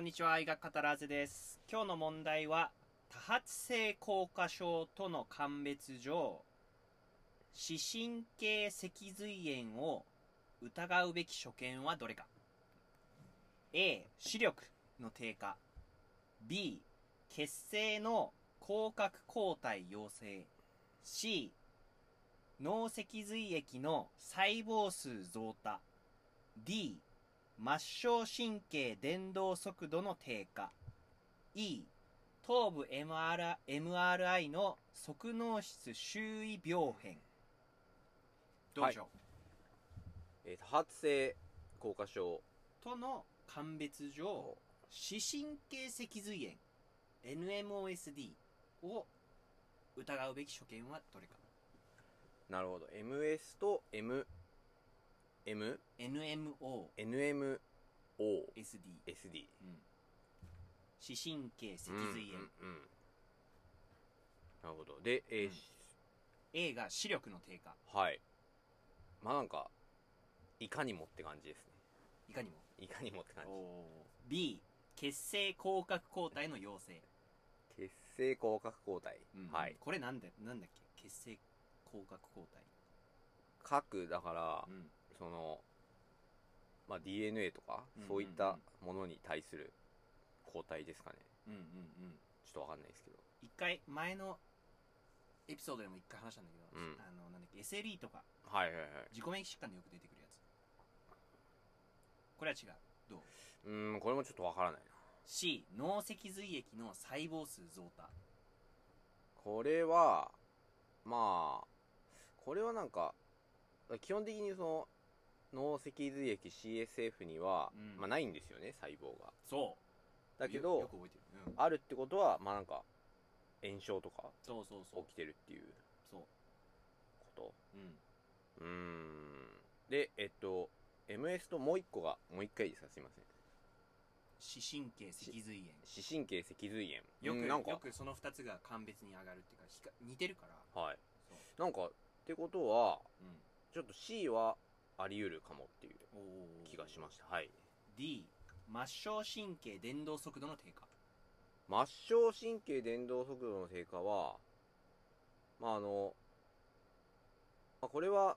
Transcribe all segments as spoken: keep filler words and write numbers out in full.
にちは、医学語らずです。今日の問題は、多発性硬化症との鑑別上、視神経脊髄炎を疑うべき所見はどれか。 A、視力の低下。 B、血清の広角抗体陽性。 C、脳脊髄液の細胞数増多。 D、末梢神経伝導速度の低下。 E、頭部 エムアールアイ の側脳室周囲病変。どうでしょう、はいえー、多発性硬化症との鑑別上、視神経脊髄炎 エヌエムオーエスディー を疑うべき所見はどれか。 なるほど。 エムエス と M M エヌエムオーエヌエムオーエスディー、 エスディー、 うん、視神経脊髄炎、 うんうんうん、なるほど。で、えーうん、 A が視力の低下。 はい。まあなんかいかにもって感じですね。 いかにもいかにもって感じ。 B、血清広角抗体の陽性。 血清広角抗体、 うん、 はい。 これなんでなんだっけ、血清広角抗体。 核だから、うん、そのまあ ディーエヌエー とか、うんうんうん、そういったものに対する抗体ですかね。うんうんうん。ちょっとわかんないですけど。 一回前のエピソードでも一回話したんだけど、うん、あのなんだっけ エスエルイー とか、 はいはいはい、 自己免疫疾患でよく出てくるやつ。これは違う。どう？ うーん、これもちょっとわからないな。 C、脳脊髄液の細胞数増多。 これはまあこれはなんか基本的にその脳脊髄液 シーエスエフ には、うん、まあないんですよね、細胞が。 そうだけど、 よく覚えてる、うん、 あるってことはまあなんか炎症とかそうそうそう起きてるっていうそうこと。うん、うーんでえっと エムエス ともう一個がもう一回ですか、すいません。 視神経脊髄炎。 視神経脊髄炎。 よく、 うん、なんかよくそのふたつが鑑別に上がるっていうか似てるから。 はい。なんかってことは、うん、ちょっと C はあり得るかもっていう気がしました。はい。 D、末梢神経伝導速度の低下。 末梢神経伝導速度の低下はまああの、まあ、これは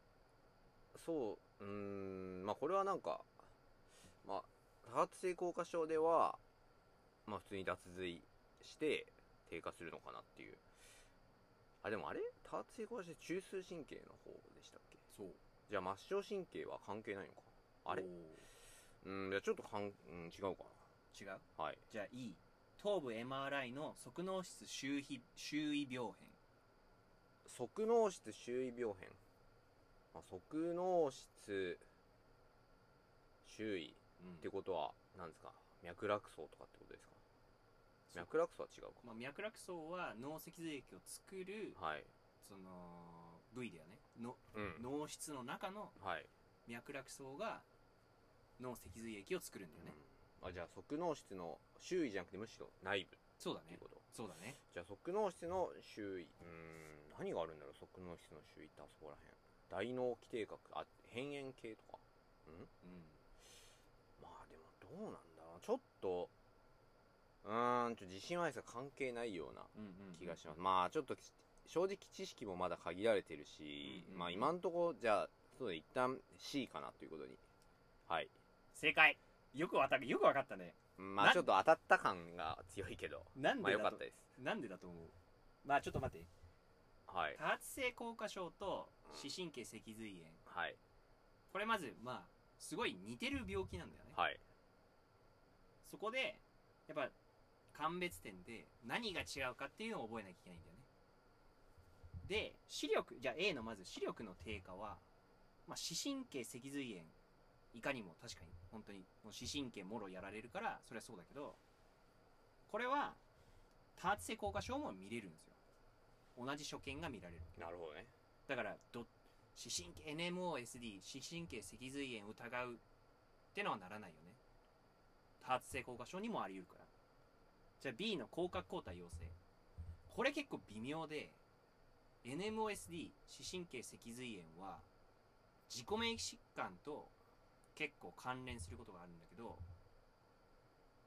そううーんまあこれはなんかまあ多発性硬化症ではまあ普通に脱水して低下するのかなっていう。あ、でもあれ多発性硬化症って中枢神経の方でしたっけ。 そう。 じゃあ末梢神経は関係ないのか。あれうん、じゃあちょっとかん、うん、違うかな。違う。 はい。 じゃあ E、頭部 エムアールアイ の側脳室周囲周囲病変。 側脳室周囲病変、まあ、側脳室周囲ってことは何ですか、脈絡層とかってことですか。脈絡層は違うか、 まあ、脈絡層は脳脊髄液を作る、 はい、 その部位だよねの、うん、脳室の中の脈絡層が脳脊髄液を作るんだよね、 うん、あ、じゃあ側脳室の周囲じゃなくてむしろ内部。 そうだね、 っていうこと。 そうだね。 じゃあ側脳室の周囲、うーん、何があるんだろう。側脳室の周囲ってあそこら辺、大脳基底核、あ、辺縁系とか。うん、うん、まあでもどうなんだろう、ちょっとうーんちょっと自信はないですが関係ないような気がします。まあちょっと正直知識もまだ限られてるし、うんうんうん、まあ今んとこじゃあそうで一旦 C かなということに。はい、 正解。よくわかった、よくわかったね。 まあちょっと当たった感が強いけど、 なんでまあ良かったです。 なんでだと思う。まあちょっと待って、 はい、 多発性硬化症と視神経脊髄炎、うん、はい、これまずまあすごい似てる病気なんだよね。 はい。 そこでやっぱ鑑別点で何が違うかっていうのを覚えなきゃいけないんだよね。で、視力、じゃあ A のまず視力の低下は、まあ、視神経脊髄炎いかにも確かに本当にもう視神経もろやられるからそれはそうだけど、これは多発性硬化症も見れるんですよ。同じ所見が見られる。 なるほどね。 だからど視神経 エヌエムオーエスディー 視神経脊髄炎疑うってのはならないよね。多発性硬化症にもあり得るから。じゃあ B の広角抗体陽性、これ結構微妙で、 エヌエムオーエスディー 視神経脊髄炎は自己免疫疾患と結構関連することがあるんだけど、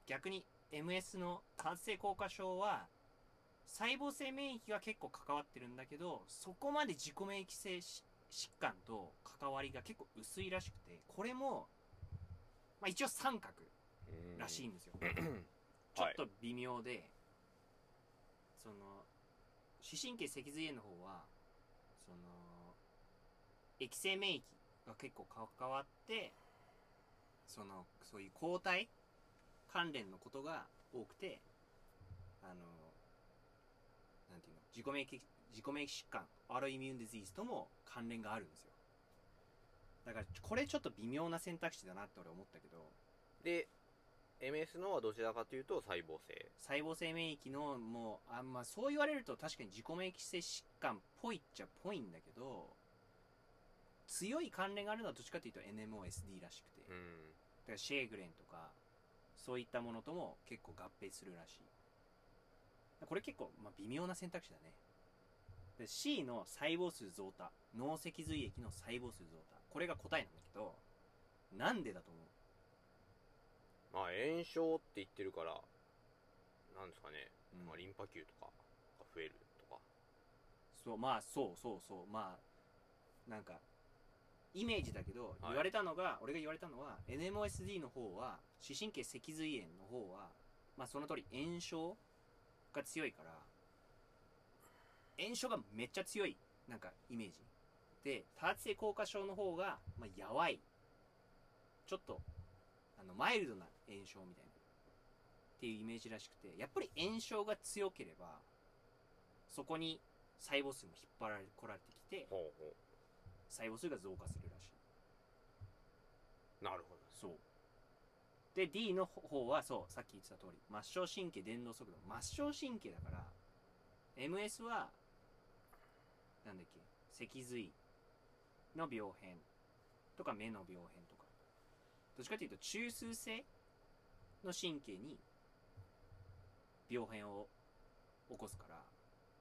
逆に エムエス の多発性硬化症は細胞性免疫が結構関わってるんだけど、そこまで自己免疫性疾患と関わりが結構薄いらしくて、これも、まあ、一応三角らしいんですよ。ちょっと微妙で、はい、その視神経脊髄炎の方はその液性免疫が結構関わって、そのそういう抗体関連のことが多くて、あのなんていうの、自己免疫自己免疫疾患、アートイミューンディジーズとも関連があるんですよ。だからこれちょっと微妙な選択肢だなって俺思ったけど。 で エムエス のはどちらかというと細胞性細胞性免疫のもうあんまそう言われると確かに自己免疫性疾患っぽいっちゃっぽいんだけど、強い関連があるのはどっちかというと エヌエムオーエスディー らしくて、うん、だからシェーグレンとかそういったものとも結構合併するらしい。これ結構、まあ、微妙な選択肢だね。で C の細胞数増多、脳脊髄液の細胞数増多、これが答えなんだけど、なんでだと思う？ まあ炎症って言ってるからなんですかね、うん、まあ、リンパ球とかが増えるとか。 そう、まあそうそうそう、まあなんかイメージだけど、言われたのが、はい、俺が言われたのは エヌエムオーエスディー の方は視神経脊髄炎の方はまあその通り炎症が強いから、炎症がめっちゃ強いなんかイメージで、多発性硬化症の方がまあやわい、ちょっとあのマイルドな炎症みたいなっていうイメージらしくて、やっぱり炎症が強ければそこに細胞数も引っ張られ来られてきて、ほうほう、細胞数が増加するらしい。 なるほど。 そうで D の方はそうさっき言ってた通り末梢神経伝導速度、末梢神経だから エムエス はなんだっけ、脊髄の病変とか目の病変とか、どっちかというと中枢性の神経に病変を起こすから、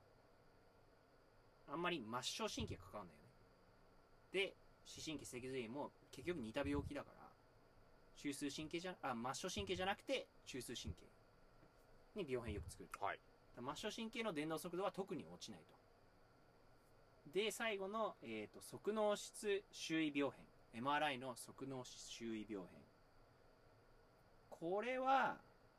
あんまり末梢神経が関わんないよね。で視神経脊髄炎も結局似た病気だから、中枢神経じゃあ末梢神経じゃなくて中枢神経に病変よく作ると、はい、末梢神経の伝導速度は特に落ちないと。で最後の、えーと、側脳室周囲病変、 エムアールアイ の側脳室周囲病変、これは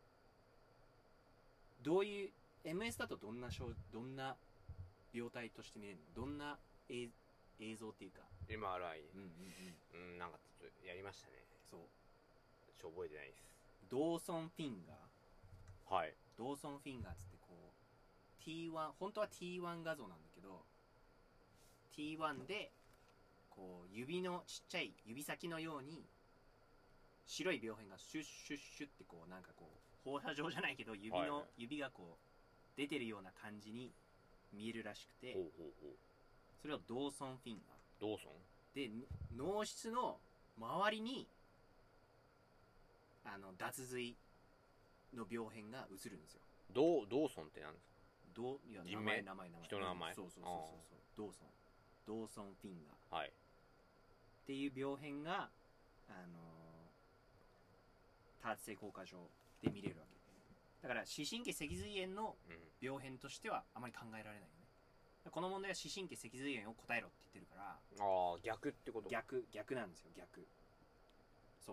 どういう エムエス だとどんな症どんな病態として見れるの？どんな映像っていうかエムアールアイ、うんうんうん、うん、なんかちょっとやりましたね。そうちょ覚えてないです。 ドーソンフィンガー、 はい、 ドーソンフィンガーつってこう ティーワン、 本当は ティーワン 画像なんだけど ティーワン でこう指のちっちゃい指先のように白い病変がシュッシュッシュッってこうなんかこう放射状じゃないけど指の、はいはい、指がこう出てるような感じに見えるらしくて、ほうほうほう、それをドーソンフィンガー、 ドーソンで脳室の周りにあの脱髄の病変が移るんですよ。 ドドーソンって何ですか？ ドいや名前名前名前人の名前、 そうそうそうそうそう、ドーソンドーソンフィンガー、 はい、 っていう病変があのー、多発性硬化症で見れるわけだから、視神経脊髄炎の病変としてはあまり考えられないよね、うん、この問題は視神経脊髄炎を答えろって言ってるから、 ああ逆ってこと？ 逆逆なんですよ、逆。そう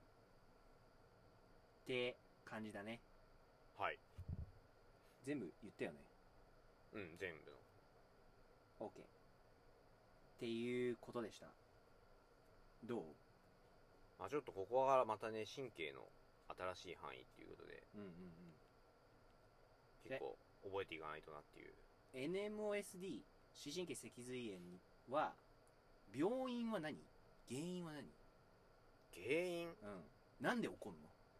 って感じだね。 はい、 全部言ったよね。 うん、全部の OK っていうことでした。どう？ まあちょっとここはまたね神経の新しい範囲っていうことで、うんうんうん、結構覚えていかないとなっていう。 エヌエムオーエスディー 視神経脊髄炎は病因は何？原因は何？ 原因？うん、 なんで起こんの？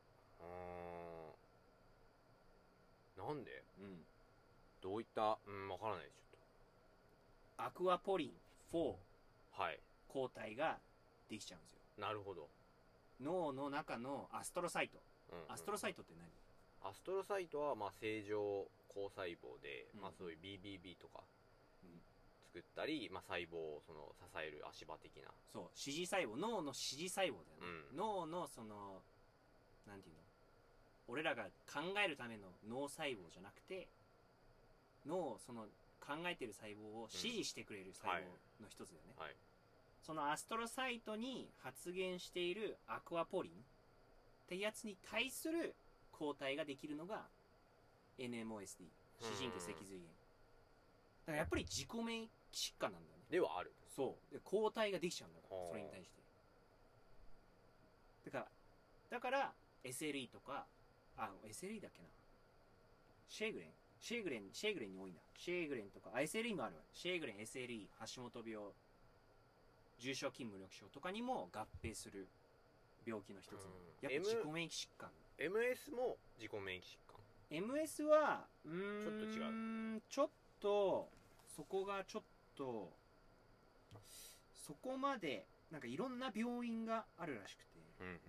うーん、なんで？うん、どういったうんわからないです。ちょっとアクアポリンフォー、 はい、 抗体ができちゃうんですよ。 なるほど。 脳の中のアストロサイト、うんうん、アストロサイトって何？ アストロサイトはまあ正常高細胞で、うん、まあそういう ビービービー とか作ったり、まあ、細胞をその支える足場的な、 そう支持細胞、脳の支持細胞だよね、うん、脳のそのなんていうの、 俺らが考えるための脳細胞じゃなくて、脳をその考えてる細胞を指示してくれる細胞の一つだよね、 はい、 そのアストロサイトに発現しているアクアポリンってやつに対する抗体ができるのが エヌエムオーエスディー 視神経脊髄炎だからやっぱり自己免疫疾患なんだよね。 ではある。 そうで抗体ができちゃうんだからそれに対してだからだから エスエルイー とかあ エスエルイー だっけなシェーグレンシェーグレンシェーグレンに多いんだシェーグレンとかあ エスエルイー もあるわシェーグレン エスエルイー 橋本病重症筋無力症とかにも合併する病気の一つ、やっぱ自己免疫疾患エムエス も自己免疫疾患エムエス はうーんちょっと違うちょっとそこがちょっとそこまでなんかいろんな病院があるらしくて、 うんうんうん、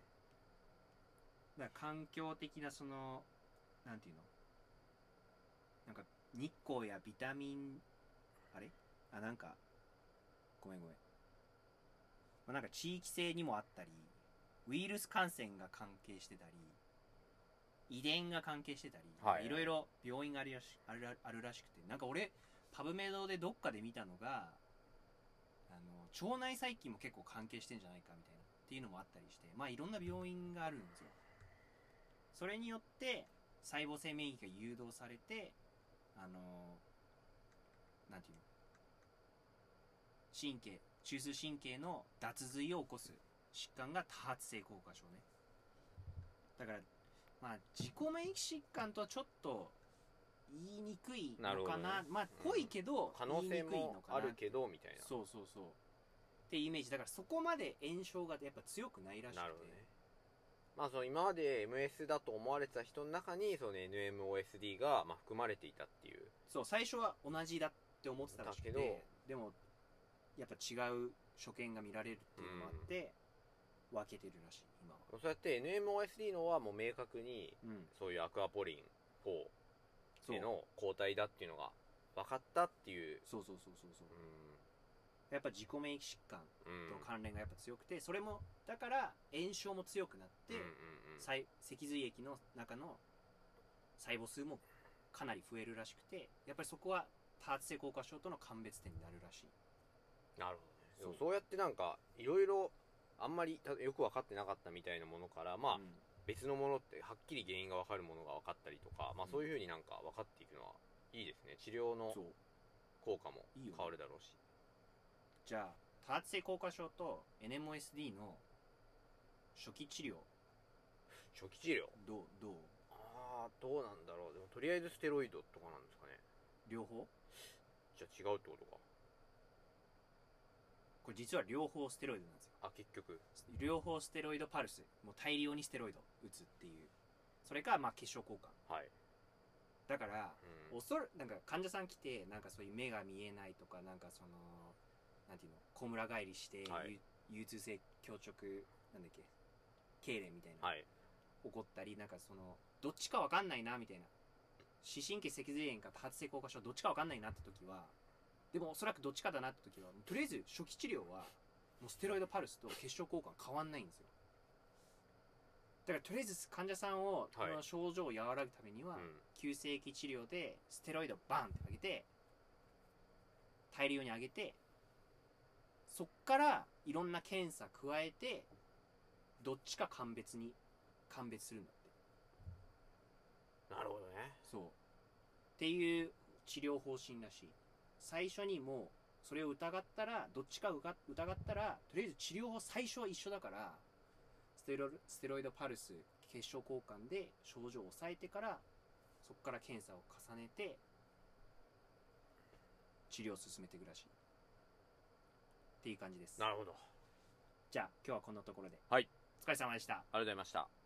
だから環境的なそのなんていうのなんか日光やビタミンあれあなんかごめんごめん、まあ、なんか地域性にもあったりウイルス感染が関係してたり遺伝が関係してたり、はい、いろいろ病院があるらしあるあるらしくてなんか俺パブメドでどっかで見たのがあの腸内細菌も結構関係してんじゃないかみたいなっていうのもあったりしてまあいろんな病院があるんですよ。それによって細胞性免疫が誘導されてあのなんていうの神経中枢神経の脱髄を起こす疾患が多発性硬化症ね。だからまあ自己免疫疾患とはちょっと言いにくいのかな、ね、まあ濃いけど、 うん、可能性もあるけどみたいなそうそうそうっていうイメージだからそこまで炎症がやっぱ強くないらしくて。 なるほどね。まあその今まで エムエス だと思われてた人の中にその エヌエムオーエスディー がまあ含まれていたっていう。 そう最初は同じだって思ってたらしくてでもやっぱ違う所見が見られるっていうのもあって、うん、分けてるらしい今は。 そうやって エヌエムオーエスディー のはもう明確にそういうアクアポリンフォーへの抗体だっていうのが分かったっていう。 そうそうそうそうそう、うん、やっぱ自己免疫疾患と関連がやっぱ強くてそれもだから炎症も強くなって、うんうんうん、脊髄液の中の細胞数もかなり増えるらしくてやっぱりそこは多発性硬化症との鑑別点になるらしい。 なるほどね。そう、そうやってなんかいろいろあんまりよく分かってなかったみたいなものからまあ、うん、別のものってはっきり原因が分かるものが分かったりとか、まあ、そういうふうになんか分かっていくのはいいですね。治療の効果も変わるだろうし。いいよね。 じゃあ多発性硬化症と エヌエムオーエスディー の初期治療初期治療どうどうああどうなんだろう。でもとりあえずステロイドとかなんですかね。 両方じゃあ違うってことか。 これ実は両方ステロイドなんですよ。 あ結局両方ステロイドパルスもう大量にステロイド打つっていうそれかまあ血小交換、 はい、 だから、うん、おそるなんか患者さん来てなんかそういう目が見えないとかなんかそのなんていうのこむら返りして、はい、有痛性強直なんだっけ痙攣みたいな、はい、起こったりなんかそのどっちかわかんないなみたいな視神経脊髄炎か多発性硬化症どっちかわかんないなって時はでもおそらくどっちかだなって時はとりあえず初期治療はもうステロイドパルスと血小交換変わんないんですよ。だからとりあえず患者さんを、はい、この症状を和らぐためには、うん、急性期治療でステロイドバンって上げて大量に上げてそっからいろんな検査加えてどっちか鑑別に鑑別するんだって。 なるほどね。 そうっていう治療方針らしい。最初にもうそれを疑ったらどっちか疑ったらとりあえず治療法最初は一緒だからステロステロイドパルス血小交換で症状を抑えてからそこから検査を重ねて治療を進めていくらしいっていう感じです。 なるほど。 じゃあ今日はこんなところで。 はい。 お疲れ様でした。ありがとうございました。